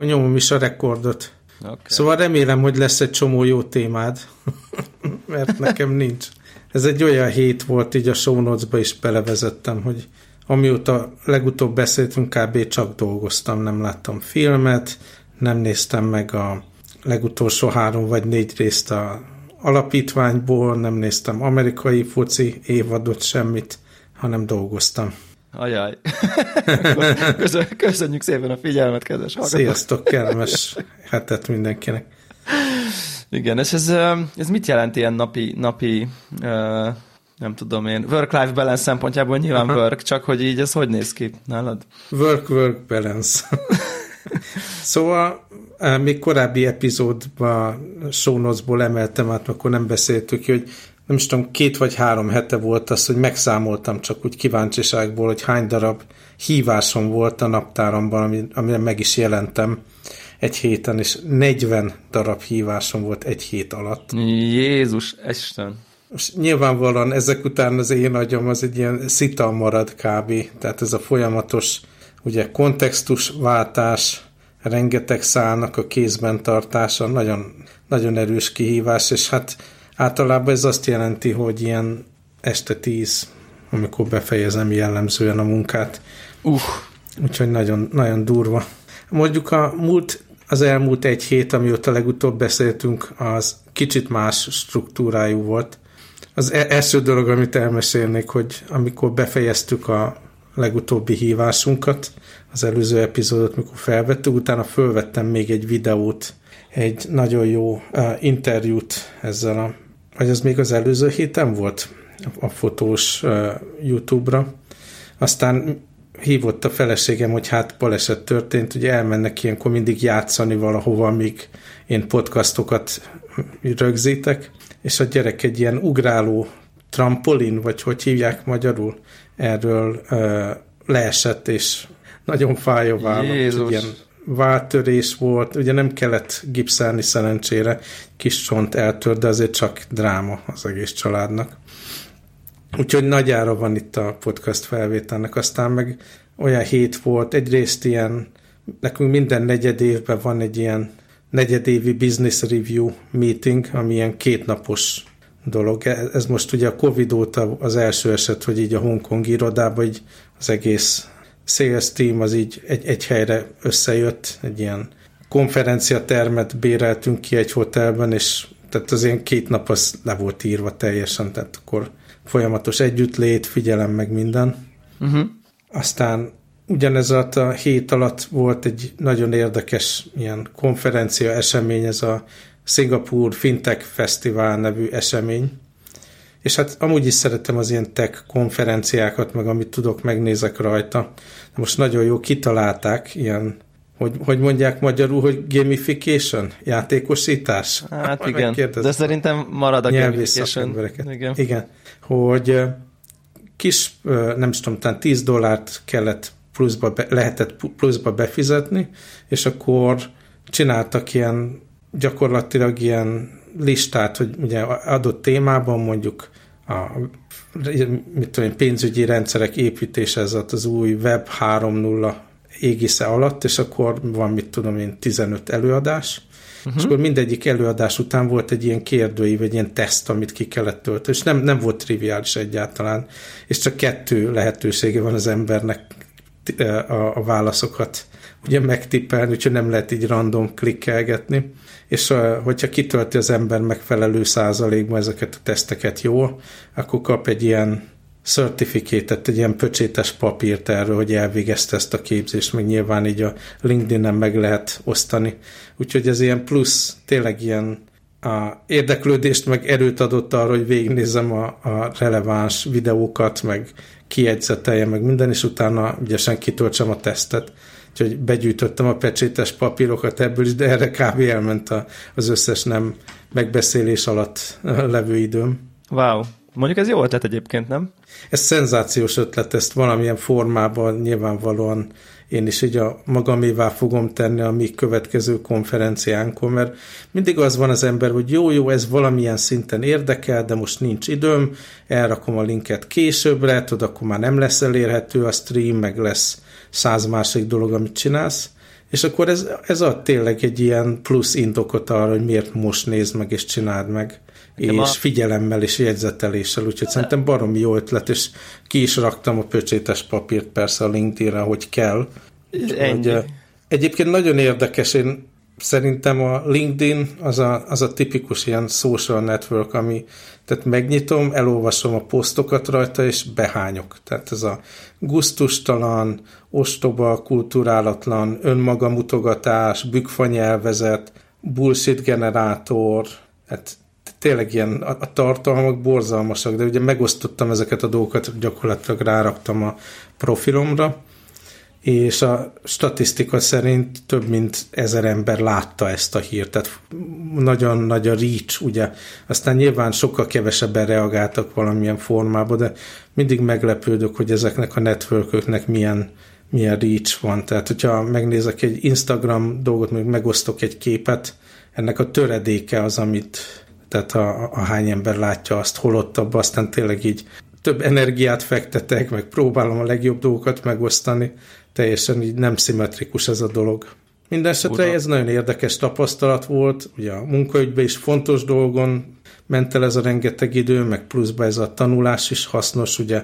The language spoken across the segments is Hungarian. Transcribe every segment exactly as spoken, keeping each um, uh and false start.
Nyomom is a rekordot. Okay. Szóval remélem, hogy lesz egy csomó jó témád, mert nekem nincs. Ez egy olyan hét volt, így a show notes-ba is belevezettem, hogy amióta legutóbb beszéltünk, kb. Csak dolgoztam, nem láttam filmet, nem néztem meg a legutolsó három vagy négy részt a alapítványból, nem néztem amerikai foci évadot, semmit, hanem dolgoztam. Ajaj. Köszönjük szépen a figyelmet, kedves hallgatók. Sziasztok, kellemes hetet mindenkinek. Igen, és ez, ez mit jelent ilyen napi, napi nem tudom én, work-life balance szempontjából nyilván Aha. work, csak hogy így ez hogy néz ki nálad? Work-work balance. Szóval még korábbi epizódban show notes-ból emeltem át, akkor nem beszéltük, hogy nem is tudom, két vagy három hete volt az, hogy megszámoltam csak úgy kíváncsiságból, hogy hány darab hívásom volt a naptáramban, amire meg is jelentem egy héten, és negyven darab hívásom volt egy hét alatt. Jézus Isten! Most nyilvánvalóan ezek után az én agyam az egy ilyen szita marad kb. Tehát ez a folyamatos ugye kontextusváltás, rengeteg szálnak a kézben tartása, nagyon, nagyon erős kihívás, és hát általában ez azt jelenti, hogy ilyen este tíz, amikor befejezem jellemzően a munkát. Uh. Úgyhogy nagyon, nagyon durva. Mondjuk a múlt, az elmúlt egy hét, amióta legutóbb beszéltünk, az kicsit más struktúrájú volt. Az első dolog, amit elmesélnék, hogy amikor befejeztük a legutóbbi hívásunkat, az előző epizódot, mikor felvettük, utána fölvettem még egy videót, egy nagyon jó uh, interjút ezzel a, vagy ez még az előző héten volt a, a fotós uh, YouTube-ra. Aztán hívott a feleségem, hogy hát baleset történt, ugye elmennek ilyenkor mindig játszani valahova, amíg én podcastokat rögzítek, és a gyerek egy ilyen ugráló trampolin, vagy hogy hívják magyarul, erről uh, leesett, és nagyon fáj a vállam. Ilyen váltörés volt, ugye nem kellett gipszelni szerencsére, kis csont eltört, de azért csak dráma az egész családnak. Úgyhogy nagyjára van itt a podcast felvételnek, aztán meg olyan hét volt, egyrészt ilyen, nekünk minden negyed évben van egy ilyen negyedévi business review meeting, ami ilyen kétnapos dolog. Ez most ugye a Covid óta az első eset, hogy így a hongkongi irodában így az egész sales team az így egy, egy helyre összejött, egy ilyen konferenciatermet béreltünk ki egy hotelben, és tehát az ilyen két nap az le volt írva teljesen, tehát akkor folyamatos együttlét, figyelem meg minden. Uh-huh. Aztán ugyanez alatt a hét alatt volt egy nagyon érdekes ilyen konferencia esemény, ez a Singapore Fintech Festival nevű esemény, és hát amúgy is szeretem az ilyen tech konferenciákat, meg amit tudok, megnézek rajta. De most nagyon jó kitalálták, ilyen, hogy, hogy mondják magyarul, hogy gamification, játékosítás. Hát igen, de szerintem marad a gamification. Igen. igen, hogy kis, nem is tudom, talán tíz dollárt kellett pluszba, be, lehetett pluszba befizetni, és akkor csináltak ilyen, gyakorlatilag ilyen listát, hogy ugye adott témában mondjuk a mit tudom, pénzügyi rendszerek építése, ez az új Web három pont nulla égisze alatt, és akkor van, mit tudom én, tizenöt előadás, uh-huh. és akkor mindegyik előadás után volt egy ilyen kérdőív, egy ilyen teszt, amit ki kellett tölteni, és nem, nem volt triviális egyáltalán, és csak kettő lehetősége van az embernek a, a válaszokat ugye megtippelni, úgyhogy nem lehet így random klikkelgetni, és hogyha kitölti az ember megfelelő százalékban ezeket a teszteket jól, akkor kap egy ilyen certificate-et, egy ilyen pöcsétes papírt erről, hogy elvégezte ezt a képzést, meg nyilván így a LinkedIn-en meg lehet osztani. Úgyhogy ez ilyen plusz, tényleg ilyen a érdeklődést, meg erőt adott arra, hogy végignézzem a, a releváns videókat, meg kijegyzeteljem, meg minden, és utána ügyesen kitöltsem a tesztet. Úgyhogy begyűjtöttem a pecsétes papírokat ebből is, de erre kb. Elment a, az összes nem megbeszélés alatt levő időm. Wow. Mondjuk ez jó ötlet egyébként, nem? Ez szenzációs ötlet, ezt valamilyen formában nyilvánvalóan én is így a magamévá fogom tenni a mi következő konferenciánkon, mert mindig az van az ember, hogy jó-jó, ez valamilyen szinten érdekel, de most nincs időm, elrakom a linket későbbre, tudod, akkor már nem lesz elérhető a stream, meg lesz száz másik dolog, amit csinálsz, És akkor ez, ez ad tényleg egy ilyen plusz indokot arra, hogy miért most nézd meg és csináld meg. Nekem és a... figyelemmel és jegyzeteléssel, úgyhogy szerintem baromi jó ötlet, és ki is raktam a pöcsétes papírt persze a LinkedIn-re, hogy kell. Hogy, egyébként nagyon érdekes, én szerintem a LinkedIn az a, az a tipikus ilyen social network, ami, tehát megnyitom, elolvasom a posztokat rajta, és behányok. Tehát ez a gusztustalan, ostoba, kulturálatlan, önmagamutogatás, bükkfanyelvezet, bullshit generátor, hát tényleg ilyen a, a tartalmak borzalmasak, de ugye megosztottam ezeket a dolgokat, gyakorlatilag ráraktam a profilomra, és a statisztika szerint több mint ezer ember látta ezt a hírt, tehát nagyon nagy a reach, ugye. Aztán nyilván sokkal kevesebben reagáltak valamilyen formában, de mindig meglepődök, hogy ezeknek a networköknek milyen, milyen reach van. Tehát, hogyha megnézek egy Instagram dolgot, még megosztok egy képet, ennek a töredéke az, amit, tehát a, a hány ember látja azt, holott abban aztán tényleg így több energiát fektetek, meg próbálom a legjobb dolgokat megosztani, teljesen így nem szimmetrikus ez a dolog. Mindenesetre ez nagyon érdekes tapasztalat volt, ugye a munkaügyben is fontos dolgon ment el ez a rengeteg idő, meg pluszban ez a tanulás is hasznos, ugye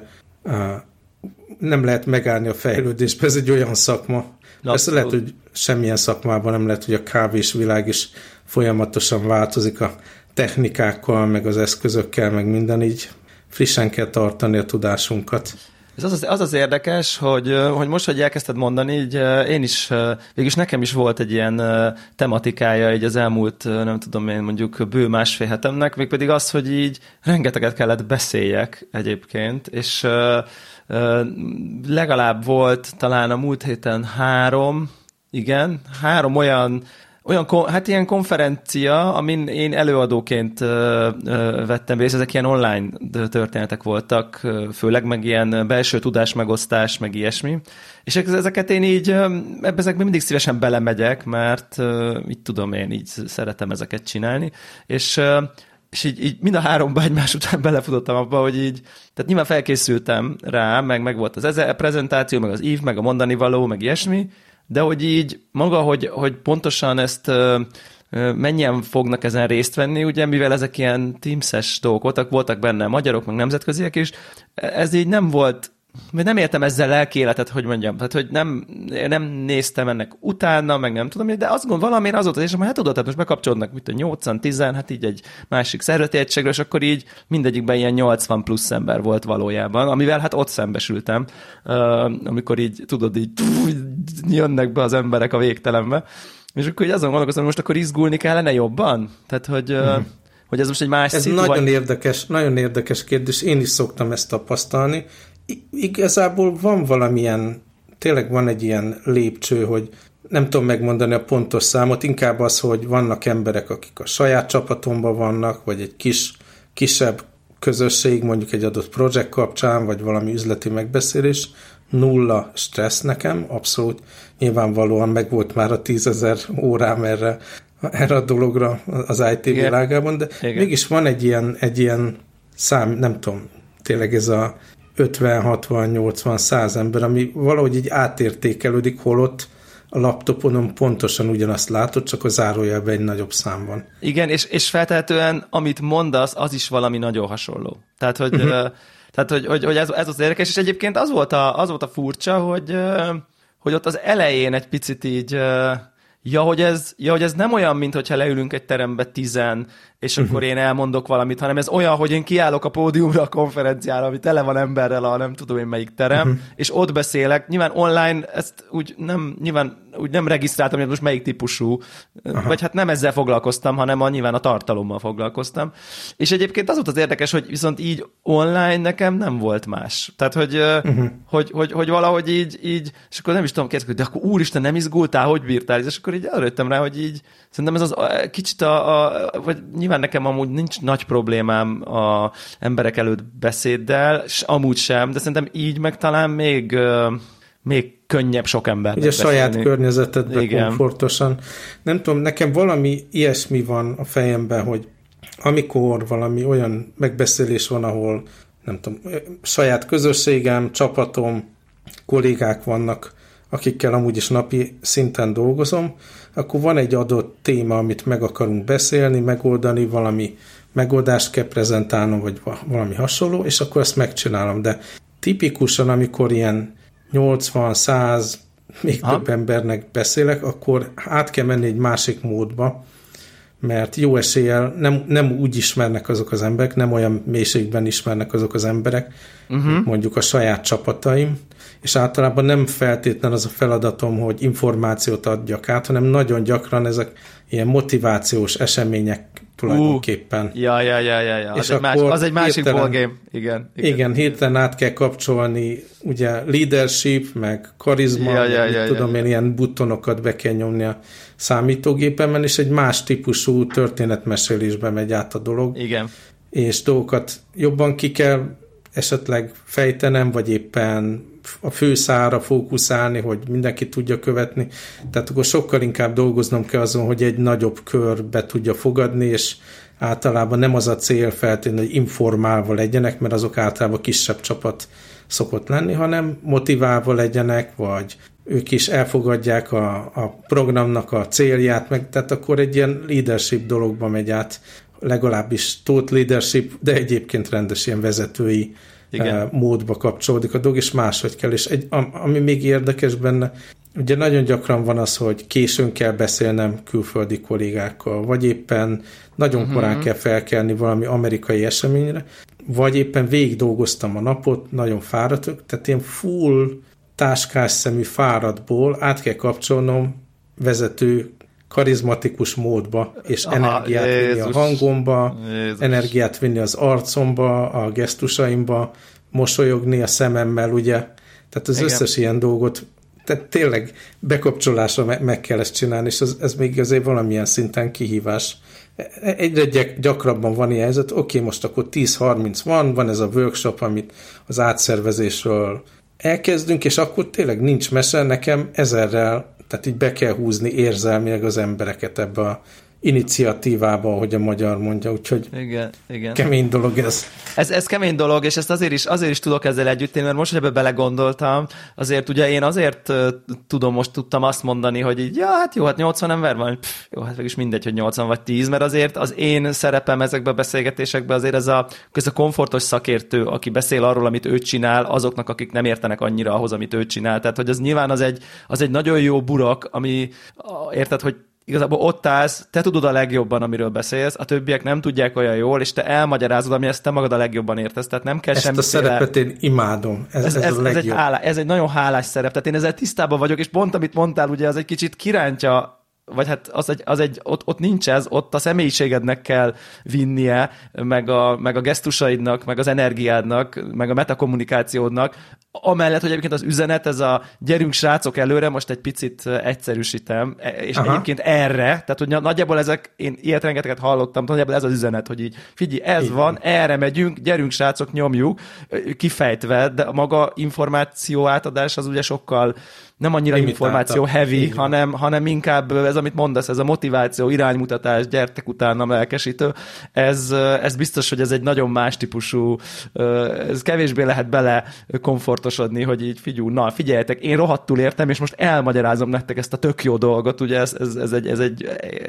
nem lehet megállni a fejlődésbe, ez egy olyan szakma. Persze lehet, hogy semmilyen szakmában nem lehet, hogy a kávés világ is folyamatosan változik a technikákkal, meg az eszközökkel, meg minden, így frissen kell tartani a tudásunkat. Ez az, az, az az érdekes, hogy, hogy most, hogy elkezdted mondani, így én is, végülis nekem is volt egy ilyen tematikája így az elmúlt, nem tudom én, mondjuk bő másfél hetemnek, mégpedig az, hogy így rengeteget kellett beszéljek egyébként, és legalább volt talán a múlt héten három, igen, három olyan Olyan, hát ilyen konferencia, amin én előadóként ö, ö, vettem részt, ezek ilyen online történetek voltak, főleg meg ilyen belső tudásmegosztás, meg ilyesmi. És ezeket én így, ebbe ezekben mindig szívesen belemegyek, mert így tudom én, így szeretem ezeket csinálni. És, és így, így mind a háromba egymás után belefutottam abba, hogy így, tehát nyilván felkészültem rá, meg, meg volt az ez a prezentáció, meg az ív, meg a mondani való, meg ilyesmi, de hogy így maga, hogy, hogy pontosan ezt ö, ö, mennyien fognak ezen részt venni, ugye, mivel ezek ilyen Teams-es dolgok voltak, voltak benne magyarok, meg nemzetköziek is, ez így nem volt, nem értem ezzel lelkiéletet, hogy mondjam, tehát, hogy nem, nem néztem ennek utána, meg nem tudom, de azt gondolom, valamiért az volt az, és hát tudod, tehát most bekapcsolódnak, mit a nyolcvan, tíz, hát így egy másik szervezeti egységről, és akkor így mindegyikben ilyen nyolcvan plusz ember volt valójában, amivel hát ott szembesültem, amikor így, tudod, így jönnek be az emberek a végtelenbe, és akkor így azon gondolkoztam, hogy most akkor izgulni kellene jobban? Tehát, hogy... Mm. hogy ez most egy más Ez szitu, nagyon vagy... érdekes, nagyon érdekes kérdés, én is szoktam ezt tapasztalni. Igazából van valamilyen, tényleg van egy ilyen lépcső, hogy nem tudom megmondani a pontos számot, inkább az, hogy vannak emberek, akik a saját csapatomban vannak, vagy egy kis, kisebb közösség, mondjuk egy adott projekt kapcsán, vagy valami üzleti megbeszélés, nulla stressz nekem, abszolút nyilvánvalóan megvolt már a tízezer órám erre, erre a dologra az i té Igen. világában, de Igen. mégis van egy ilyen, egy ilyen szám, nem tudom, tényleg ez a ötven, hatvan, nyolcvan, száz ember, ami valahogy így átértékelődik, holott a laptoponon pontosan ugyanazt látod, csak a zárójelben egy nagyobb szám van. Igen, és, és feltehetően, amit mondasz, az is valami nagyon hasonló. Tehát, hogy, uh-huh. uh, tehát, hogy, hogy, hogy ez, ez az érdekes, és egyébként az volt a, az volt a furcsa, hogy, uh, hogy ott az elején egy picit így... Uh, Ja hogy, ez, ja, hogy ez nem olyan, mint hogyha leülünk egy terembe tizen, és uh-huh. akkor én elmondok valamit, hanem ez olyan, hogy én kiállok a pódiumra a konferenciára, ami tele van emberrel a nem tudom én melyik terem, uh-huh. és ott beszélek. Nyilván online ezt úgy nem, nyilván úgy nem regisztráltam, hogy most melyik típusú, uh-huh. vagy hát nem ezzel foglalkoztam, hanem a, nyilván a tartalommal foglalkoztam. És egyébként az volt az érdekes, hogy viszont így online nekem nem volt más. Tehát, hogy, uh-huh. hogy, hogy, hogy valahogy így, így, és akkor nem is tudom kérdezni, de akkor úristen, nem izgultál, hogy bírtál? És akkor így előttem rá, hogy így szerintem ez az a, kicsit a, a, vagy nyilván nekem amúgy nincs nagy problémám a emberek előtt beszéddel, s amúgy sem, de szerintem így meg talán még, még könnyebb sok embernek ugye beszélni. Ugye saját környezetedben komfortosan. Nem tudom, nekem valami ilyesmi van a fejemben, hogy amikor valami olyan megbeszélés van, ahol nem tudom, saját közösségem, csapatom, kollégák vannak, akikkel amúgy is napi szinten dolgozom, akkor van egy adott téma, amit meg akarunk beszélni, megoldani, valami megoldást kell prezentálnom, vagy valami hasonló, és akkor ezt megcsinálom. De tipikusan, amikor ilyen nyolcvan, száz, még Aha. több embernek beszélek, akkor át kell menni egy másik módba, mert jó eséllyel nem, nem úgy ismernek azok az emberek, nem olyan mélységben ismernek azok az emberek, uh-huh. mondjuk a saját csapataim, és általában nem feltétlen az a feladatom, hogy információt adjak át, hanem nagyon gyakran ezek ilyen motivációs események tulajdonképpen. Uh, ja, ja, ja, ja, ja. Az, egy más, az egy másik ballgame. Igen, igen. Igen, hirtelen át kell kapcsolni, ugye leadership, meg karizma, ja, ja, ja, tudom ja, én, ja. ilyen buttonokat be kell nyomni a számítógépemen, és egy más típusú történetmesélésbe megy át a dolog. Igen. És dolgokat jobban ki kell esetleg fejtenem, vagy éppen a főszára fókuszálni, hogy mindenki tudja követni. Tehát akkor sokkal inkább dolgoznom kell azon, hogy egy nagyobb körbe tudja fogadni, és általában nem az a cél feltétlenül, hogy informálva legyenek, mert azok általában kisebb csapat szokott lenni, hanem motiválva legyenek, vagy ők is elfogadják a, a programnak a célját, meg, tehát akkor egy ilyen leadership dologba megy át, legalábbis thought leadership, de egyébként rendes ilyen vezetői Igen. módba kapcsolódik a dolog, és máshogy kell. És egy, ami még érdekes benne, ugye nagyon gyakran van az, hogy későn kell beszélnem külföldi kollégákkal, vagy éppen nagyon uh-huh. korán kell felkelni valami amerikai eseményre, vagy éppen végig dolgoztam a napot, nagyon fáradtok, tehát ilyen full táskás szemű fáradtból át kell kapcsolnom vezető karizmatikus módba, és Aha, energiát Jézus, vinni a hangomba, Jézus. energiát vinni az arcomba, a gesztusaimba, mosolyogni a szememmel, ugye? Tehát az Igen. összes ilyen dolgot, tehát tényleg bekapcsolásra me- meg kell ezt csinálni, és ez, ez még azért valamilyen szinten kihívás. Egyre gy- gyakrabban van ilyen helyzet, oké, okay, most akkor tíz harminc van, van ez a workshop, amit az átszervezésről elkezdünk, és akkor tényleg nincs mese, nekem ezerrel, tehát így be kell húzni érzelmileg az embereket ebbe a iniciatívába, ahogy a magyar mondja, úgyhogy igen, igen. kemény dolog ez. ez. Ez kemény dolog, és ezt azért is, azért is tudok ezzel együtt élni, mert most, hogy ebbe belegondoltam, azért ugye én azért uh, tudom, most tudtam azt mondani, hogy így, ja, hát jó, hát nyolcvan ember van, Pff, jó, hát mégis mindegy, hogy nyolcvan vagy tíz, mert azért az én szerepem ezekben a beszélgetésekben azért ez a, ez a komfortos szakértő, aki beszél arról, amit ő csinál, azoknak, akik nem értenek annyira ahhoz, amit ő csinál. Tehát, hogy az nyilván az egy, az egy nagyon jó burok, ami, érted, hogy igazából ott állsz, te tudod a legjobban, amiről beszélsz, a többiek nem tudják olyan jól, és te elmagyarázod, ami ezt te magad a legjobban értesz, tehát nem kell ezt semmiféle... Ezt a szerepet én imádom, ez, ez, ez, ez, a legjobb. Ez egy, hálá, ez egy nagyon hálás szerep, tehát én ezzel tisztában vagyok, és pont amit mondtál, ugye az egy kicsit kirántja, vagy hát az egy, az egy ott, ott nincs ez, ott a személyiségednek kell vinnie, meg a, meg a gesztusaidnak, meg az energiádnak, meg a metakommunikációdnak, amellett, hogy egyébként az üzenet, ez a gyerünk srácok előre, most egy picit egyszerűsítem, és Aha. egyébként erre, tehát hogy nagyjából ezek, én ilyet rengeteget hallottam, nagyjából ez az üzenet, hogy így figyelj, ez Igen. van, erre megyünk, gyerünk srácok, nyomjuk, kifejtve, de a maga információ átadás az ugye sokkal nem annyira információ heavy, hanem, hanem inkább ez, amit mondasz, ez a motiváció, iránymutatás, gyertek utánam, lelkesítő, ez, ez biztos, hogy ez egy nagyon más típusú, ez kevésbé lehet bele komfortosodni, hogy így figyú, na figyeljetek, én rohadtul értem, és most elmagyarázom nektek ezt a tök jó dolgot, ugye ez, ez, ez egy, ez egy,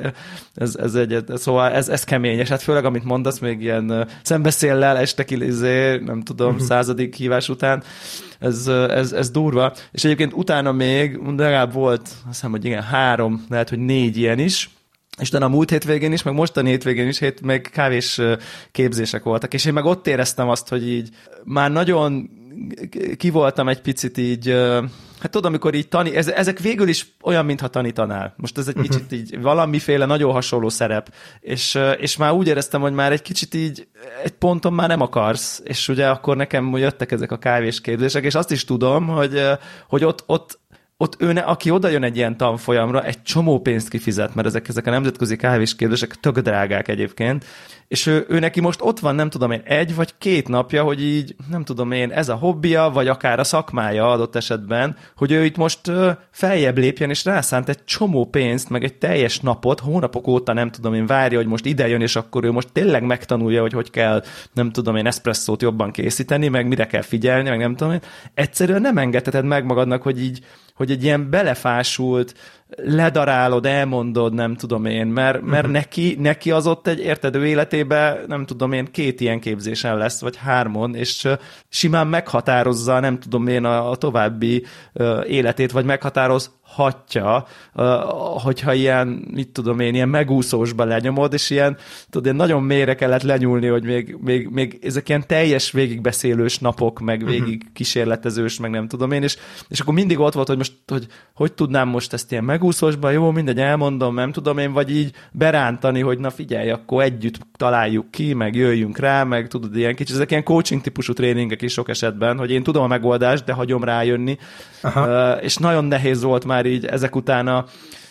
ez, ez egy, szóval ez, ez kemény, és hát főleg, amit mondasz, még ilyen szembeszéllel este kilizé, nem tudom, uh-huh. századik hívás után, ez, ez, ez durva, és egyébként utána még legalább volt, azt hiszem, hogy igen, három, lehet, hogy négy ilyen is, és utána a múlt hétvégén is, meg mostani hétvégén is, hét, meg kávés képzések voltak, és én meg ott éreztem azt, hogy így már nagyon kivoltam egy picit így, hát tudod, amikor így tani, ezek végül is olyan, mintha tanítanál. Most ez egy uh-huh. kicsit így valamiféle nagyon hasonló szerep, és, és már úgy éreztem, hogy már egy kicsit így egy ponton már nem akarsz, és ugye akkor nekem jöttek ezek a kávésképzések, és azt is tudom, hogy, hogy ott, ott ott ő, ne, aki oda jön egy ilyen tanfolyamra, egy csomó pénzt kifizet, mert ezek, ezek a nemzetközi kávésképzések tök drágák egyébként, és ő, ő neki most ott van, nem tudom én, egy vagy két napja, hogy így, nem tudom én, ez a hobbija, vagy akár a szakmája adott esetben, hogy ő itt most feljebb lépjen, és rászánt egy csomó pénzt, meg egy teljes napot, hónapok óta nem tudom én, várja, hogy most ide jön, és akkor ő most tényleg megtanulja, hogy hogy kell, nem tudom én, eszpresszót jobban készíteni, meg mire kell figyelni, meg nem tudom én. Egyszerűen nem engedheted meg magadnak, hogy így hogy egy ilyen belefásult, ledarálod, elmondod, nem tudom én, mert, mert uh-huh. neki, neki az ott egy értedő életében, nem tudom én, két ilyen képzésen lesz, vagy hármon, és simán meghatározza, nem tudom én, a, a további uh, életét, vagy meghatározhatja, uh, hogyha ilyen, mit tudom én, ilyen megúszósba lenyomod, és ilyen, tudod, én nagyon mélyre kellett lenyúlni, hogy még, még, még ezek ilyen teljes végigbeszélős napok, meg végig kísérletezős, meg nem tudom én, és, és akkor mindig ott volt, hogy most, hogy, hogy tudnám most ezt ilyen megúszósban, jó, mindegy, elmondom, nem tudom én, vagy így berántani, hogy na figyelj, akkor együtt találjuk ki, meg jöjjünk rá, meg tudod, ilyen kicsit, ezek ilyen coaching típusú tréningek is sok esetben, hogy én tudom a megoldást, de hagyom rájönni. Uh, és nagyon nehéz volt már így ezek után a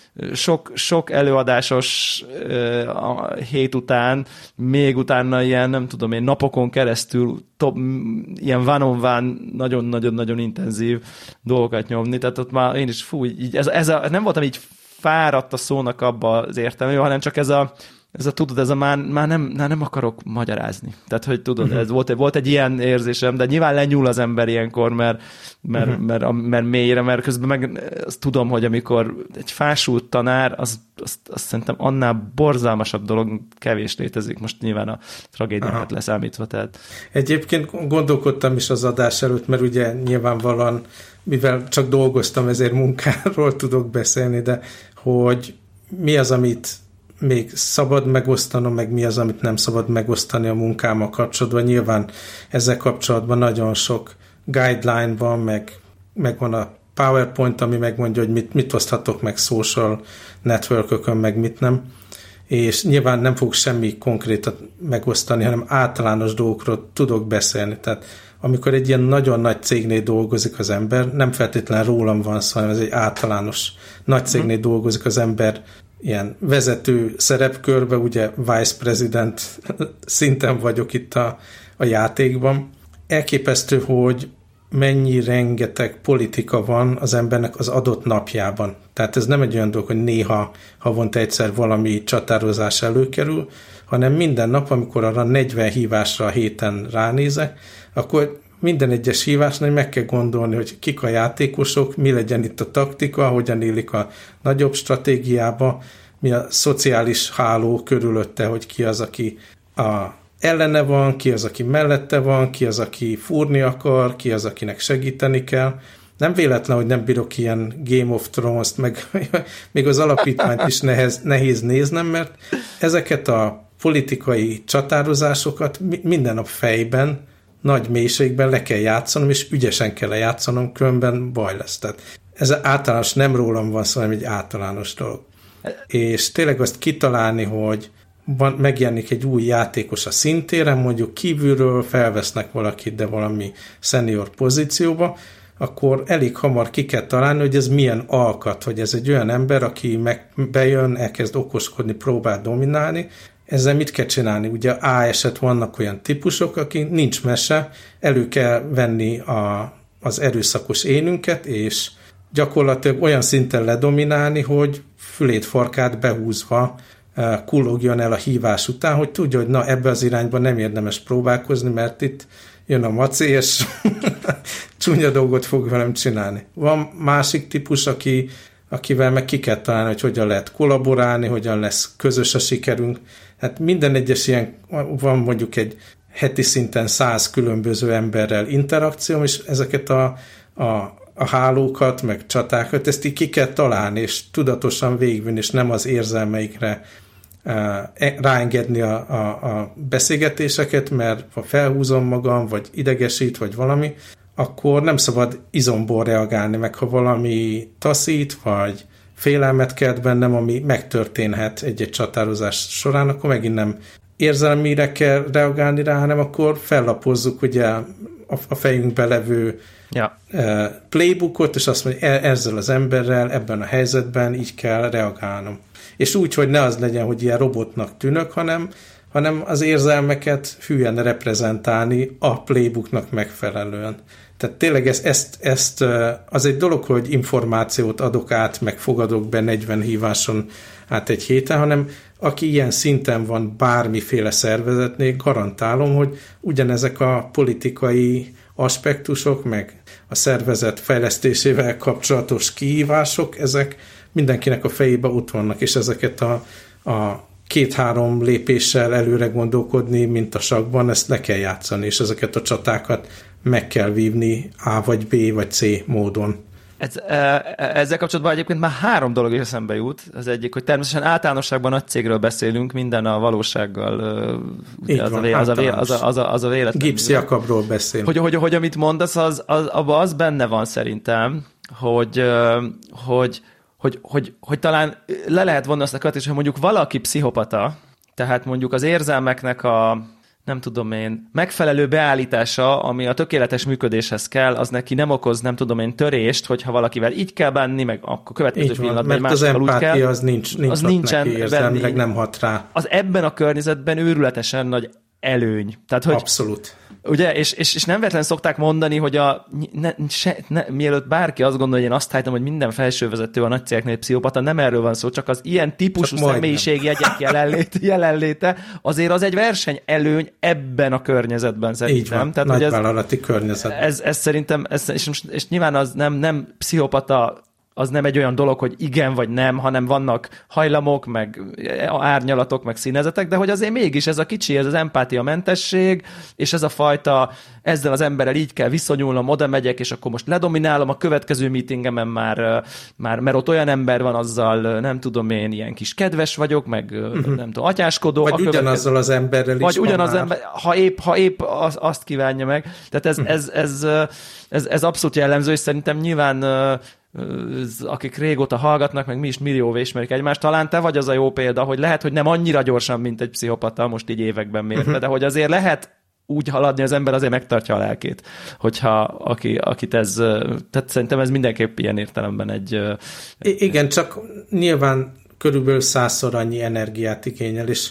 sok, sok előadásos uh, a hét után, még utána ilyen, nem tudom én, napokon keresztül top, ilyen van-on-van nagyon-nagyon-nagyon intenzív dolgokat nyomni, tehát ott már én is, fú, így, ez, ez a, nem voltam így fáradt a szónak abba az értelmében, hanem csak ez a Ez a, tudod, ez a már, már, nem, már nem akarok magyarázni. Tehát, hogy tudod, uh-huh. ez volt, volt egy ilyen érzésem, de nyilván lenyúl az ember ilyenkor, mert, mert, uh-huh. mert, mert, mert mélyre, mert közben meg azt tudom, hogy amikor egy fásult tanár, az, azt, azt szerintem annál borzalmasabb dolog kevés létezik. Most nyilván a tragédiákat uh-huh. leszámítva. Tehát. Egyébként gondolkodtam is az adás előtt, mert ugye nyilvánvalóan, mivel csak dolgoztam, ezért munkáról tudok beszélni, de hogy mi az, amit még szabad megosztanom, meg mi az, amit nem szabad megosztani a munkámmal kapcsolatban. Nyilván ezzel kapcsolatban nagyon sok guideline van, meg, meg van a PowerPoint, ami megmondja, hogy mit, mit oszthatok meg social networkökön, meg mit nem. És nyilván nem fogok semmi konkrétat megosztani, hanem általános dolgokról tudok beszélni. Tehát amikor egy ilyen nagyon nagy cégnél dolgozik az ember, nem feltétlenül rólam van szó, hanem ez egy általános nagy cégnél dolgozik az ember, ilyen vezető szerepkörbe, ugye vice president szinten vagyok itt a, a játékban. Elképesztő, hogy mennyi rengeteg politika van az embernek az adott napjában. Tehát ez nem egy olyan dolog, hogy néha havonta egyszer valami csatározás előkerül, hanem minden nap, amikor arra negyven hívásra a héten ránézek, akkor minden egyes hívásnál meg kell gondolni, hogy kik a játékosok, mi legyen itt a taktika, hogyan élik a nagyobb stratégiába, mi a szociális háló körülötte, hogy ki az, aki a ellene van, ki az, aki mellette van, ki az, aki fúrni akar, ki az, akinek segíteni kell. Nem véletlen, hogy nem bírok ilyen Game of Thrones-t, meg még az alapítványt is nehez, nehéz néznem, mert ezeket a politikai csatározásokat minden nap fejben, nagy mélységben le kell játszanom, és ügyesen kell lejátszanom, különben baj lesz. Tehát ez általános, nem rólam van szó, hanem egy általános dolog. És tényleg azt kitalálni, hogy van, megjelenik egy új játékos a szintéren, mondjuk kívülről felvesznek valakit, de valami senior pozícióba, akkor elég hamar ki kell találni, hogy ez milyen alkat, hogy ez egy olyan ember, aki meg bejön, elkezd okoskodni, próbál dominálni. Ezzel mit kell csinálni? Ugye A eset vannak olyan típusok, akik nincs mese, elő kell venni a, az erőszakos énünket, és gyakorlatilag olyan szinten ledominálni, hogy fülét, farkát behúzva kullogjon el a hívás után, hogy tudja, hogy na ebbe az irányba nem érdemes próbálkozni, mert itt jön a maci, és csúnya dolgot fog velem csinálni. Van másik típus, aki, akivel meg ki kell találni, hogy hogyan lehet kollaborálni, hogyan lesz közös a sikerünk. Hát minden egyes ilyen, van mondjuk egy heti szinten száz különböző emberrel interakcióm, és ezeket a, a, a hálókat, meg csatákat, ezt így ki kell találni, és tudatosan végigvinni, és nem az érzelmeikre ráengedni a, a, a beszélgetéseket, mert ha felhúzom magam, vagy idegesít, vagy valami, akkor nem szabad izomból reagálni, meg ha valami taszít, vagy félelmet kelt bennem, ami megtörténhet egy-egy csatározás során, akkor megint nem érzelmire kell reagálni rá, hanem akkor fellapozzuk ugye a, a fejünkbe levő ja. playbookot, és azt mondja, ezzel az emberrel, ebben a helyzetben így kell reagálnom. És úgy, hogy ne az legyen, hogy ilyen robotnak tűnök, hanem, hanem az érzelmeket hülyen reprezentálni a playbooknak megfelelően. Tehát tényleg ezt, ezt, ezt az egy dolog, hogy információt adok át, meg fogadok be negyven híváson át egy héten, hanem aki ilyen szinten van bármiféle szervezetnél, garantálom, hogy ugyanezek a politikai aspektusok, meg a szervezet fejlesztésével kapcsolatos kihívások, ezek mindenkinek a fejébe ott vannak, és ezeket a, a két-három lépéssel előre gondolkodni, mint a sakkban, ezt le kell játszani, és ezeket a csatákat meg kell vívni A vagy B vagy C módon. Ez, ezzel kapcsolatban egyébként már három dolog is eszembe jut. Az egyik, hogy természetesen általánosságban nagy cégről beszélünk, minden a valósággal ugye, az, van, a, az, a, az, a, az, a, az a véletlen. Gibbs Jakabról beszélünk. Hogy, hogy, hogy amit mondasz, az, az, abban az benne van szerintem, hogy, hogy, hogy, hogy, hogy talán le lehet vonni azt a követést, hogy mondjuk valaki pszichopata, tehát mondjuk az érzelmeknek a nem tudom én, megfelelő beállítása, ami a tökéletes működéshez kell, az neki nem okoz, nem tudom én, törést, hogyha valakivel így kell bánni, meg akkor következő pillanatban egy másikkal úgy kell. Mert az empátia az nincs, nincs az nincsen neki érzelmileg, nem hat rá. Az ebben a környezetben őrületesen nagy előny. Tehát, hogy, abszolút. Ugye, és, és, és nem véletlenül szokták mondani, hogy a, ne, se, ne, mielőtt bárki azt gondolja, hogy én azt állítom, hogy minden felsővezető a nagy cégeknél pszichopata, nem erről van szó, csak az ilyen típusú személyiségjegyek jelenléte, jelenléte, azért az egy versenyelőny ebben a környezetben szerintem. Így van, tehát, nagyvállalati környezetben. Ez, ez szerintem, ez, és, és nyilván az nem, nem pszichopata, az nem egy olyan dolog, hogy igen vagy nem, hanem vannak hajlamok, meg árnyalatok, meg színezetek, de hogy azért mégis ez a kicsi, ez az empátia mentesség, és ez a fajta, ezzel az emberrel így kell viszonyulnom, oda megyek, és akkor most ledominálom a következő meetingemen már, már mert ott olyan ember van, azzal nem tudom én, ilyen kis kedves vagyok, meg uh-huh. nem tudom, atyáskodó. Vagy ugyanazzal az emberrel is Vagy ugyanaz ember, ha épp, ha épp az, azt kívánja meg. Tehát ez, uh-huh. ez, ez, ez, ez, ez abszolút jellemző, és szerintem nyilván akik régóta hallgatnak, meg mi is millióvé ismerik egymást, talán te vagy az a jó példa, hogy lehet, hogy nem annyira gyorsan, mint egy pszichopata, most így években mérve, de hogy azért lehet úgy haladni, az ember azért megtartja a lelkét, hogyha aki, akit ez, tehát szerintem ez mindenképp ilyen értelemben egy... I- igen, csak nyilván körülbelül százszor annyi energiát igényel, és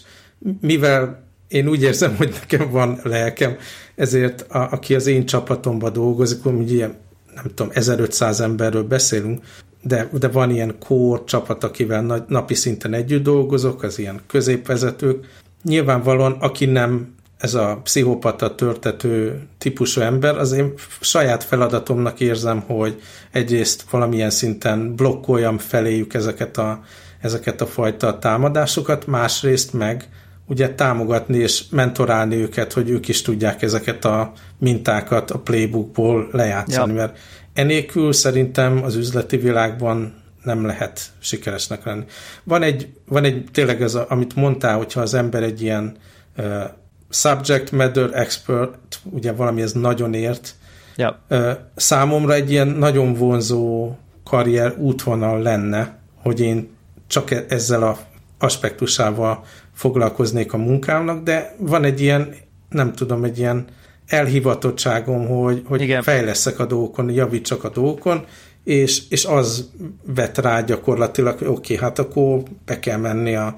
mivel én úgy érzem, hogy nekem van lelkem, ezért a, aki az én csapatomban dolgozik, hogy ilyen nem tudom, ezerötszáz emberről beszélünk, de, de van ilyen core csapat, akivel nagy, napi szinten együtt dolgozok, az ilyen középvezetők. Nyilvánvalóan, aki nem ez a pszichopata törtető típusú ember, az én saját feladatomnak érzem, hogy egyrészt valamilyen szinten blokkoljam feléjük ezeket a, ezeket a fajta támadásokat, másrészt meg ugye támogatni és mentorálni őket, hogy ők is tudják ezeket a mintákat a playbookból lejátszani, ja. Mert enélkül szerintem az üzleti világban nem lehet sikeresnek lenni. Van egy, van egy tényleg ez, a, amit mondtál, hogyha az ember egy ilyen uh, subject matter expert, ugye valami ez nagyon ért, ja. uh, számomra egy ilyen nagyon vonzó karrier útvonal lenne, hogy én csak ezzel a aspektusával foglalkoznék a munkámnak, de van egy ilyen, nem tudom, egy ilyen elhivatottságom, hogy, hogy fejleszek a dolgokon, javítsak a dolgokon, és, és az vet rá gyakorlatilag, hogy oké, okay, hát akkor be kell menni a,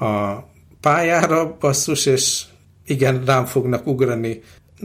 a pályára, basszus, és igen, rám fognak ugrani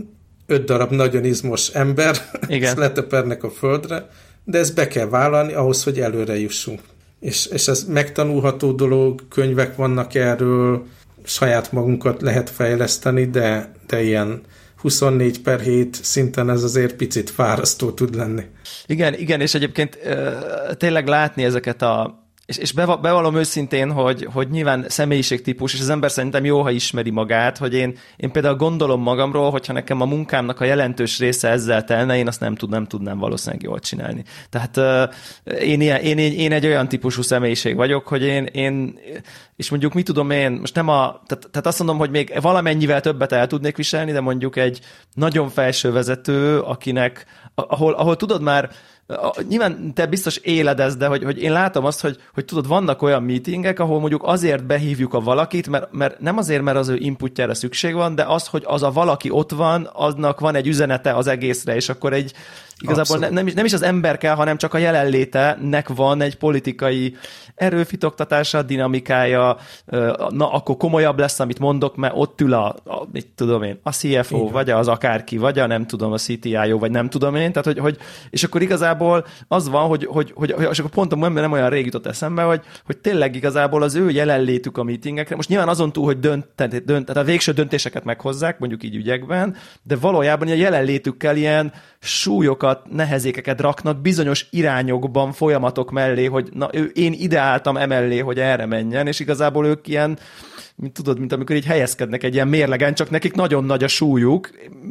öt darab nagyon izmos ember, ezt letepernek a földre, de ezt be kell vállalni ahhoz, hogy előre jussunk. És, és ez megtanulható dolog, könyvek vannak erről, saját magunkat lehet fejleszteni, de, de ilyen huszonnégy per hét szinten ez azért picit fárasztó tud lenni. Igen, igen, és egyébként tényleg látni ezeket a És, és bevallom őszintén, hogy, hogy nyilván személyiségtípus, és az ember szerintem jó, ha ismeri magát, hogy én, én például gondolom magamról, hogyha nekem a munkámnak a jelentős része ezzel telne, én azt nem, tud, nem tudnám valószínűleg jól csinálni. Tehát uh, én, ilyen, én, én egy olyan típusú személyiség vagyok, hogy én, én és mondjuk mit tudom én, most nem a, tehát, tehát azt mondom, hogy még valamennyivel többet el tudnék viselni, de mondjuk egy nagyon felső vezető, akinek, ahol, ahol tudod már, nyilván te biztos éled ezt, de hogy, hogy én látom azt, hogy, hogy tudod, vannak olyan meetingek, ahol mondjuk azért behívjuk a valakit, mert, mert nem azért, mert az ő inputjára szükség van, de az, hogy az a valaki ott van, aznak van egy üzenete az egészre, és akkor egy, Igazából ne, nem, is, nem is az ember kell, hanem csak a jelenlétenek van egy politikai erőfitoktatása, dinamikája, na akkor komolyabb lesz, amit mondok, mert ott ül a, a mit tudom én, a cé ef o, igen, vagy az akárki, vagy a nem tudom, a cé té i o, vagy nem tudom én, tehát hogy, hogy és akkor igazából az van, hogy, hogy, hogy, hogy és akkor pont a nem olyan rég jutott eszembe, hogy, hogy tényleg igazából az ő jelenlétük a meetingekre, most nyilván azon túl, hogy dönt, dönt, dönt, tehát a végső döntéseket meghozzák, mondjuk így ügyekben, de valójában a jelenlétükkel ilyen súlyokat, nehezékeket raknak bizonyos irányokban, folyamatok mellé, hogy na, ő, én ideáltam emellé, hogy erre menjen, és igazából ők ilyen, mint tudod, mint amikor így helyezkednek egy ilyen mérlegen, csak nekik nagyon nagy a súlyuk,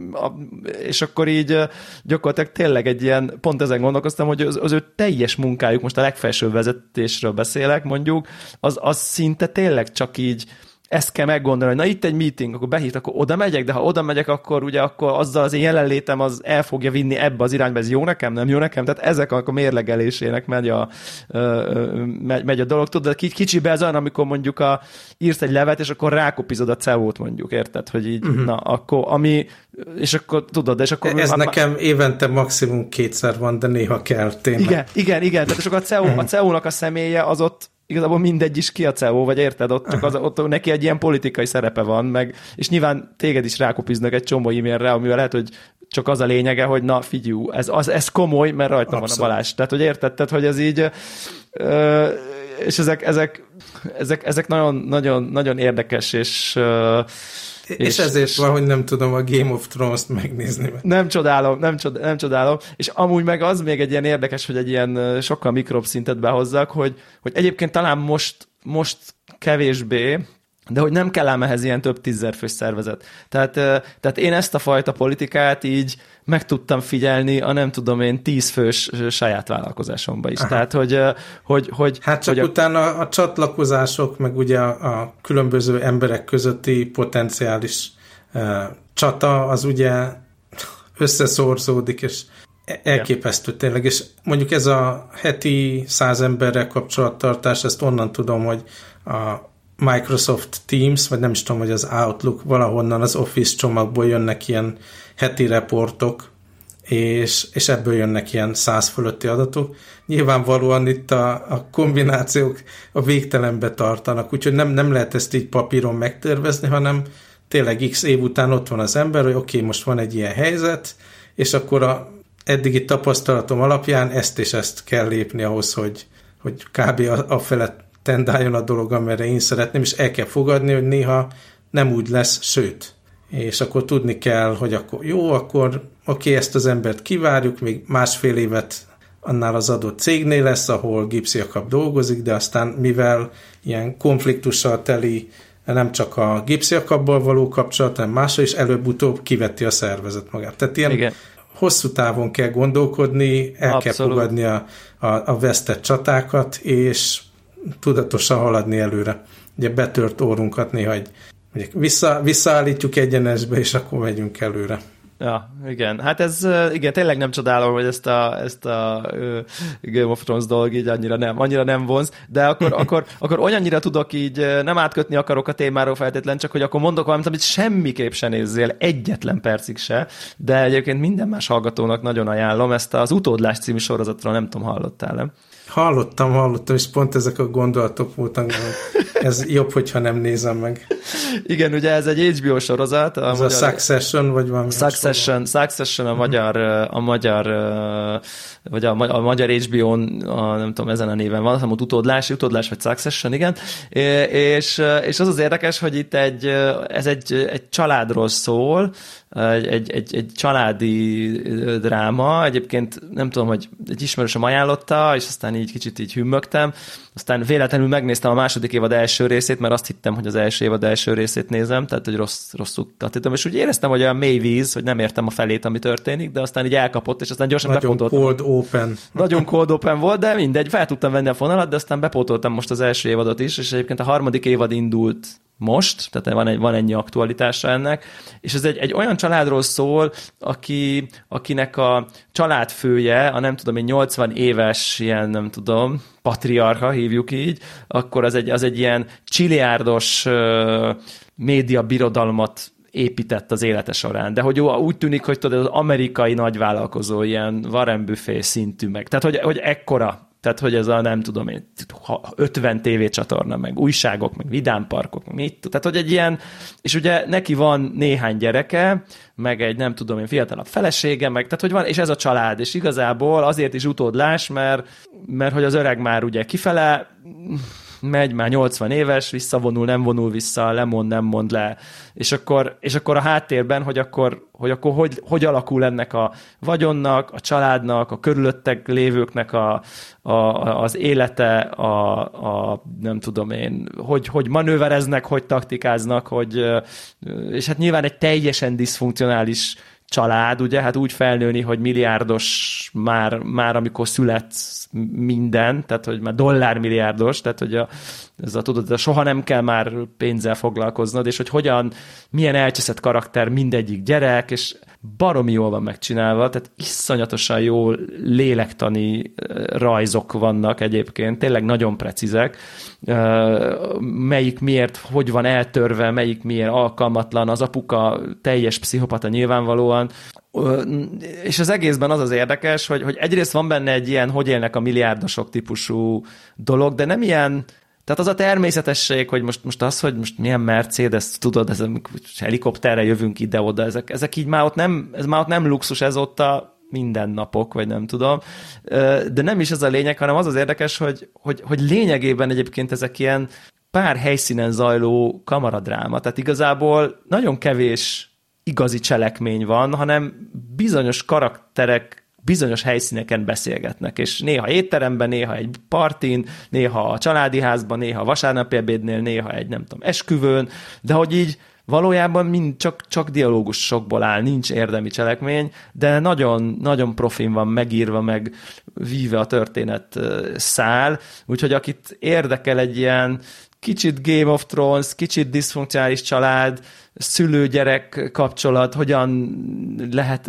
és akkor így gyakorlatilag tényleg egy ilyen, pont ezen gondolkoztam, hogy az, az ő teljes munkájuk, most a legfelsőbb vezetésről beszélek mondjuk, az, az szinte tényleg csak így ezt kell meggondolni, hogy na itt egy meeting, akkor behívt, akkor oda megyek, de ha oda megyek, akkor ugye akkor azzal az én jelenlétem az el fogja vinni ebbe az irányba, ez jó nekem, nem jó nekem, tehát ezek a mérlegelésének megy a, megy, megy a dolog, tudod, de kicsibe ez olyan, amikor mondjuk a, írsz egy levet, és akkor rákopizod a cé e o-t mondjuk, érted, hogy így, uh-huh. na, akkor ami, és akkor tudod, és akkor... Ez a, nekem évente maximum kétszer van, de néha kell tényleg. Igen, igen, igen, tehát és akkor a cé e o, a cé e o-nak a személye az ott igazából mindegy is ki a cé e o, vagy érted, ott csak az, ott neki egy ilyen politikai szerepe van, meg, és nyilván téged is rákopiznak egy csomó e-mailre, amivel lehet, hogy csak az a lényege, hogy na figyú, ez, az, ez komoly, mert rajta Abszolút. Van a Balázs. Tehát, hogy érted, tehát, hogy ez így, ö, és ezek, ezek, ezek, ezek nagyon, nagyon, nagyon érdekes, és És, és ezért van, hogy nem tudom a Game of Thrones-t megnézni. Nem csodálom, nem, csod, nem csodálom. És amúgy meg az még egy ilyen érdekes, hogy egy ilyen sokkal mikrobb szintet behozzak, hogy, hogy egyébként talán most, most kevésbé, de hogy nem kell ám ehhez ilyen több tízezer fős szervezet. Tehát, tehát én ezt a fajta politikát így meg tudtam figyelni a nem tudom én tíz fős saját vállalkozásomban is. Aha. Tehát, hogy, hogy, hogy... Hát csak hogy a... utána a csatlakozások, meg ugye a, a különböző emberek közötti potenciális uh, csata, az ugye összeszorzódik, és elképesztő ja. tényleg. És mondjuk ez a heti száz emberrel kapcsolattartás, ezt onnan tudom, hogy a Microsoft Teams, vagy nem is tudom, hogy az Outlook, valahonnan az Office csomagból jönnek ilyen heti reportok, és, és ebből jönnek ilyen száz fölötti adatok. Nyilvánvalóan itt a, a kombinációk a végtelenbe tartanak, úgyhogy nem, nem lehet ezt így papíron megtervezni, hanem tényleg x év után ott van az ember, hogy oké, okay, most van egy ilyen helyzet, és akkor a eddigi tapasztalatom alapján ezt és ezt kell lépni ahhoz, hogy, hogy kb. a, a felett tendáljon a dolog, amire én szeretném, és el kell fogadni, hogy néha nem úgy lesz, sőt. És akkor tudni kell, hogy akkor jó, akkor oké, ezt az embert kivárjuk, még másfél évet annál az adott cégnél lesz, ahol Gibbs Jakab dolgozik, de aztán mivel ilyen konfliktussal teli nem csak a Gibbs Jakabbal való kapcsolat, hanem másra is előbb-utóbb kiveti a szervezet magát. Tehát ilyen Igen. hosszú távon kell gondolkodni, el Abszolút. kell fogadni a, a, a vesztett csatákat, és tudatosan haladni előre. Ugye betört órunkat néha egy, vissza, visszaállítjuk egyenesbe, és akkor megyünk előre. Ja, igen. Hát ez, igen, tényleg nem csodálom, hogy ezt a, ezt a uh, Game of Thrones dolog így annyira nem, annyira nem vonz, de akkor, akkor, akkor olyannyira tudok így, nem átkötni akarok a témáról feltétlen, csak hogy akkor mondok valamit, amit semmiképp se nézzél, egyetlen percig se, de egyébként minden más hallgatónak nagyon ajánlom, ezt az Utódlás című sorozatról nem tudom, hallottál, nem? Hallottam, hallottam, és pont ezek a gondolatok voltak, ez jobb, hogyha nem nézem meg. Igen, ugye ez egy há bé o sorozat. A ez magyar... a Succession, vagy valami? Succession, Succession a magyar, a magyar, vagy a, a magyar há bé o-n, a, nem tudom, ezen a néven van, hanem utódlás, utódlás, vagy Succession, igen. És, és az az érdekes, hogy itt egy, ez egy, egy családról szól, egy, egy, egy, egy családi dráma, egyébként nem tudom, hogy egy ismerősöm ajánlotta, és aztán így kicsit így hümmögtem, aztán véletlenül megnéztem a második évad első részét, mert azt hittem, hogy az első évad első részét nézem, tehát hogy rossz, rosszul tartottam, és úgy éreztem, hogy olyan mély víz, hogy nem értem a felét, ami történik, de aztán így elkapott, és aztán gyorsan Nagyon bepótoltam. Cold open. Nagyon cold open volt, de mindegy, fel tudtam venni a fonalat, de aztán bepótoltam most az első évadot is, és egyébként a harmadik évad indult most, tehát van, egy, van ennyi aktualitása ennek, és ez egy, egy olyan családról szól, aki, akinek a családfője, a nem tudom én nyolcvan éves ilyen, nem tudom, patriarcha, hívjuk így, akkor az egy, az egy ilyen csiliárdos uh, média birodalmat épített az élete során. De hogy úgy tűnik, hogy tudod, az amerikai nagyvállalkozó ilyen Warren Buffett szintű meg. Tehát, hogy, hogy ekkora. Tehát, hogy ez a nem tudom én, ötven tévécsatorna, meg újságok, meg vidámparkok, meg mit. Tehát, hogy egy ilyen, és ugye neki van néhány gyereke, meg egy nem tudom én fiatalabb felesége, meg, tehát, hogy van, és ez a család, és igazából azért is utódlás, mert, mert hogy az öreg már ugye kifele megy, már nyolcvan éves, visszavonul, nem vonul vissza, lemond, nem mond le, és akkor, és akkor a háttérben, hogy akkor, hogy, akkor hogy, hogy alakul ennek a vagyonnak, a családnak, a körülöttek lévőknek a, a, az élete, a, a nem tudom én, hogy, hogy manővereznek, hogy taktikáznak, hogy, és hát nyilván egy teljesen diszfunkcionális család, ugye, hát úgy felnőni, hogy milliárdos már, már amikor születsz minden, tehát, hogy már dollármilliárdos, tehát, hogy a, ez a, tudod, a soha nem kell már pénzzel foglalkoznod, és hogy hogyan, milyen elcseszett karakter mindegyik gyerek, és baromi jól van megcsinálva, tehát iszonyatosan jó lélektani rajzok vannak egyébként, tényleg nagyon precízek, melyik miért, hogy van eltörve, melyik miért alkalmatlan, az apuka teljes pszichopata nyilvánvalóan, és az egészben az az érdekes, hogy, hogy egyrészt van benne egy ilyen, hogy élnek a milliárdosok típusú dolog, de nem ilyen, tehát az a természetesség, hogy most, most az, hogy most milyen Mercedes, tudod, ez, helikopterre jövünk ide-oda, ezek, ezek így már ott nem, ez már ott nem luxus, ez ott a mindennapok, vagy nem tudom. De nem is ez a lényeg, hanem az az érdekes, hogy, hogy, hogy lényegében egyébként ezek ilyen pár helyszínen zajló kamaradráma. Tehát igazából nagyon kevés igazi cselekmény van, hanem bizonyos karakterek bizonyos helyszíneken beszélgetnek, és néha étteremben, néha egy partin, néha a családi házban, néha a vasárnapi ebédnél, néha egy nem tudom, esküvőn, de hogy így valójában mind csak, csak dialógusokból áll, nincs érdemi cselekmény, de nagyon, nagyon profin van megírva, meg víve a történet szál, úgyhogy akit érdekel egy ilyen kicsit Game of Thrones, kicsit diszfunkcionális család, szülő-gyerek kapcsolat, hogyan lehet,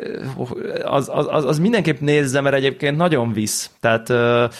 az, az, az mindenképp nézze, mert egyébként nagyon visz. Tehát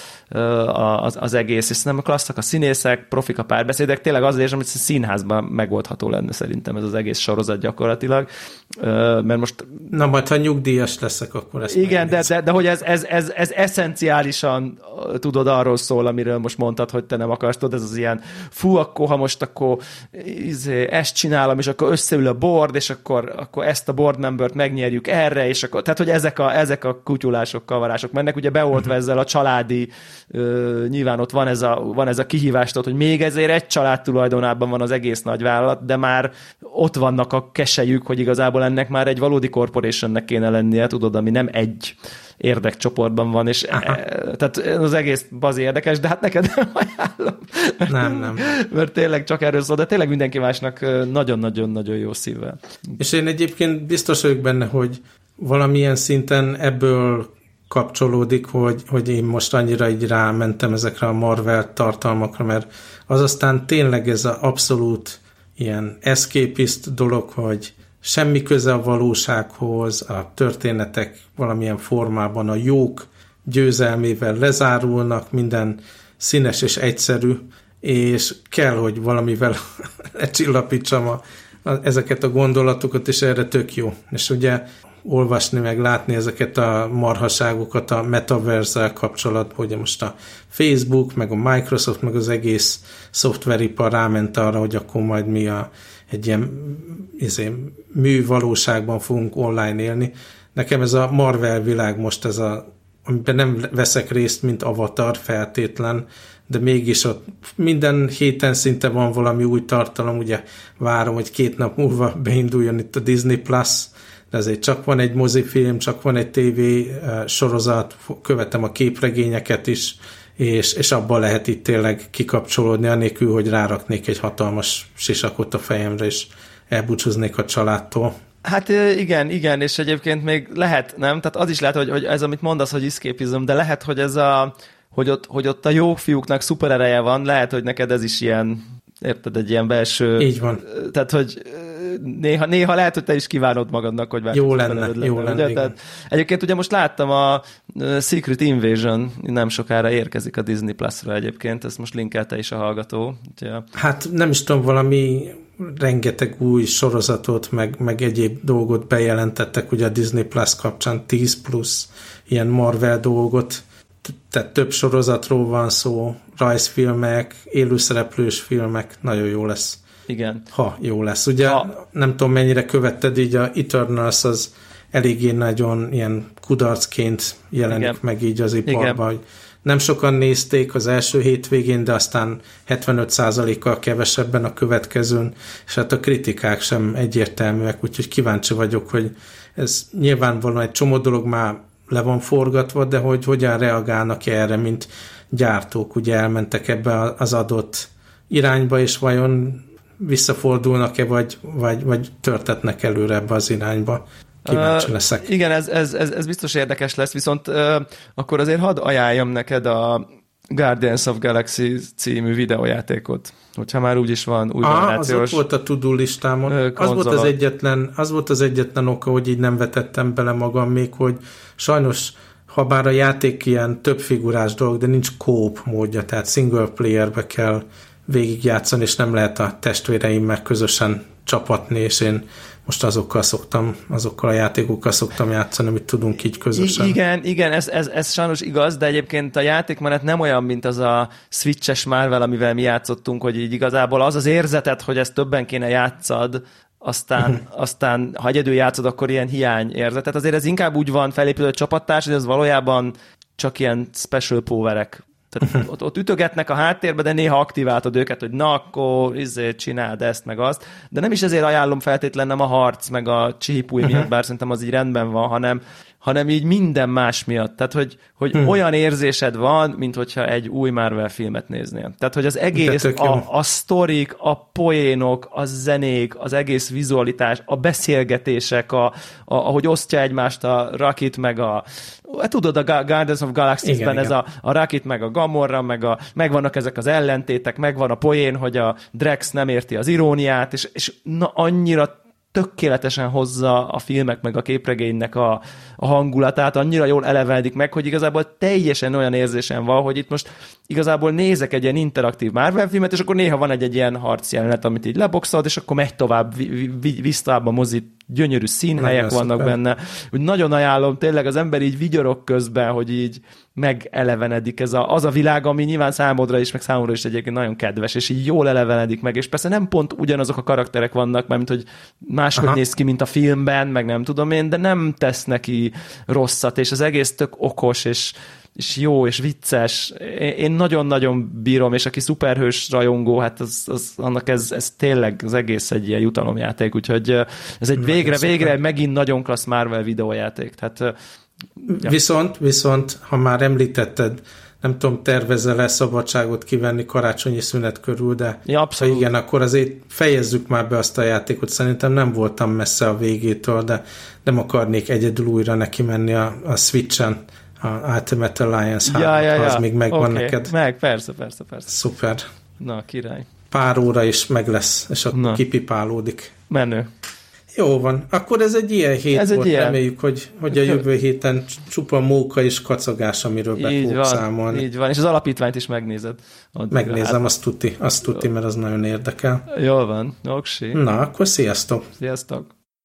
az, az egész, és nem klasszak a színészek, profik a párbeszédek, tényleg azért érzem, hogy színházban megoldható lenne szerintem ez az egész sorozat gyakorlatilag. Mert most... Na majd, ha nyugdíjas leszek, akkor ezt igen, de, de, de hogy ez, ez, ez, ez eszenciálisan tudod, arról szól, amiről most mondtad, hogy te nem akarsz, tudod, ez az ilyen fú, akkor ha most akkor izé, ezt csinálom, és akkor összeül a board, és akkor, akkor ezt a board membert megnyerjük erre, és akkor, tehát, hogy ezek a, ezek a kutyulások, kavarások mennek, ugye beoltva uh-huh. ezzel a családi, ö, nyilván ott van ez a, van ez a kihívás, hogy még ezért egy család tulajdonában van az egész nagyvállalat, de már ott vannak a keselyük, hogy igazából ennek már egy valódi corporationnek kéne lennie, tudod, ami nem egy érdekcsoportban van, és e, tehát az egész bazi érdekes, de hát neked nem ajánlom. Nem, nem. Mert tényleg csak erről szól, de tényleg mindenki másnak nagyon-nagyon-nagyon jó szívvel. És én egyébként biztos vagyok benne, hogy valamilyen szinten ebből kapcsolódik, hogy, hogy én most annyira így rámentem ezekre a Marvel tartalmakra, mert az aztán tényleg ez az abszolút ilyen escapist dolog, hogy semmi köze a valósághoz, a történetek valamilyen formában a jók győzelmével lezárulnak, minden színes és egyszerű, és kell, hogy valamivel lecsillapítsam a, a, ezeket a gondolatokat, és erre tök jó. És ugye olvasni, meg látni ezeket a marhaságokat a metaverse-zel kapcsolatban, hogy most a Facebook, meg a Microsoft, meg az egész szoftveripar ráment arra, hogy akkor majd mi a egy ilyen izé, művalóságban fogunk online élni. Nekem ez a Marvel világ most ez a, amiben nem veszek részt, mint Avatar feltétlen, de mégis ott minden héten szinte van valami új tartalom, ugye várom, hogy két nap múlva beinduljon itt a Disney Plus, de azért csak van egy mozifilm, csak van egy tévé sorozat, követem a képregényeket is, és, és abban lehet itt tényleg kikapcsolódni, anélkül, hogy ráraknék egy hatalmas sisakot a fejemre, és elbúcsúznék a családtól. Hát igen, igen, és egyébként még lehet, nem? Tehát az is lehet, hogy, hogy ez, amit mondasz, hogy escapism, de lehet, hogy ez a, hogy ott, hogy ott a jó fiúknak szuperereje van, lehet, hogy neked ez is ilyen, érted, egy ilyen belső... Így van. Tehát, hogy néha, néha lehet, hogy te is kívánod magadnak, hogy jó lenne, lenne, jó lenne, ugye? Tehát, egyébként ugye most láttam a Secret Invasion, nem sokára érkezik a Disney Plus-ra egyébként, ezt most linkelte is a hallgató. Ugye. Hát nem is tudom, valami rengeteg új sorozatot, meg, meg egyéb dolgot bejelentettek, ugye a Disney Plus kapcsán tíz plusz ilyen Marvel dolgot, tehát több sorozatról van szó, rajzfilmek, élőszereplős filmek, nagyon jó lesz. Igen. Ha jó lesz. Ugye ha. Nem tudom, mennyire követted, így a Eternals az eléggé nagyon ilyen kudarcként jelenik Igen. meg így az iparban, hogy nem sokan nézték az első hétvégén, de aztán hetvenöt százalékkal kevesebben a következőn, és hát a kritikák sem egyértelműek, úgyhogy kíváncsi vagyok, hogy ez nyilvánvalóan egy csomó dolog már le van forgatva, de hogy hogyan reagálnak erre, mint gyártók, ugye elmentek ebbe az adott irányba, és vajon visszafordulnak-e, vagy, vagy, vagy törtetnek előre ebbe az irányba. Kíváncsi leszek. Uh, igen, ez, ez, ez, ez biztos érdekes lesz, viszont uh, akkor azért hadd ajánljam neked a Guardians of Galaxy című videójátékot, hogyha már úgyis van új ah, generációs az ott volt a to-do listámon. Az volt az, egyetlen, az volt az egyetlen oka, hogy így nem vetettem bele magam még, hogy sajnos, ha bár a játék ilyen több figurás dolog, de nincs co-op módja, tehát single playerbe kell végigjátszani, és nem lehet a testvéreimmel közösen csapatni, és én most azokkal szoktam, azokkal a játékokkal szoktam játszani, amit tudunk így közösen. I- igen, igen, ez, ez, ez sajnos igaz, de egyébként a játékmenet nem olyan, mint az a Switches Marvel, amivel mi játszottunk, hogy így igazából az az érzetet, hogy ezt többen kéne játszad, aztán, aztán ha egyedül játszod, akkor ilyen hiány érzetet. Azért ez inkább úgy van felépülő csapattárs, hogy ez valójában csak ilyen special powerek. Tehát ott, ott ütögetnek a háttérbe, de néha aktiváltad őket, hogy na, akkor izé, csináld ezt, meg azt. De nem is ezért ajánlom feltétlenül nem a harc, meg a csihipúj miatt, bár szerintem az így rendben van, hanem, hanem így minden más miatt. Tehát, hogy, hogy hmm. olyan érzésed van, mint hogyha egy új Marvel filmet néznél. Tehát, hogy az egész, a, a sztorik, a poénok, a zenék, az egész vizualitás, a beszélgetések, a, a, ahogy osztja egymást a Rocket, meg a hát tudod, a Guardians of Galaxy-ben ez a, a Rocket, meg a Gamorra, meg a, megvannak ezek az ellentétek, megvan a poén, hogy a Drax nem érti az iróniát, és, és na, annyira tökéletesen hozza a filmek meg a képregénynek a, a hangulatát, annyira jól elevenedik meg, hogy igazából teljesen olyan érzésem van, hogy itt most igazából nézek egy ilyen interaktív Marvel filmet, és akkor néha van egy, egy ilyen harcjelenet, amit így leboxolod, és akkor megy tovább, visz tovább a mozit, gyönyörű színhelyek nagyon vannak szuper. Benne. Úgy nagyon ajánlom, tényleg az ember így vigyorog közben, hogy így megelevenedik ez a, az a világ, ami nyilván számodra is, meg számomra is egyébként nagyon kedves, és így jól elevenedik meg, és persze nem pont ugyanazok a karakterek vannak, mert mint hogy máshogy Aha. néz ki, mint a filmben, meg nem tudom én, de nem tesz neki rosszat, és az egész tök okos, és és jó, és vicces. Én nagyon-nagyon bírom, és aki szuperhős rajongó, hát az, az, annak ez, ez tényleg az egész egy ilyen jutalomjáték, úgyhogy ez egy végre, végre megint nagyon klassz Marvel videójáték. Tehát, ja. Viszont, viszont, ha már említetted, nem tudom, tervezel-e szabadságot kivenni karácsonyi szünet körül, de ja, ha igen, akkor azért fejezzük már be azt a játékot. Szerintem nem voltam messze a végétől, de nem akarnék egyedül újra neki menni a, a Switchen. A Ultimate Alliance ja, ja, ja. az még megvan okay. neked. Meg, persze, persze, persze. Szuper. Na, király. Pár óra is meg lesz, és ott Na. kipipálódik. Menő. Jó van. Akkor ez egy ilyen hét ez volt. Ilyen. Reméljük, hogy, hogy a jövő héten csupa móka és kacagás, amiről be fogok számolni. Így van, és az alapítványt is megnézed. Addig Megnézem, hát... azt tuti, azt tuti, mert az nagyon érdekel. Jól van, oksi. Na, akkor sziasztok. Sziasztok.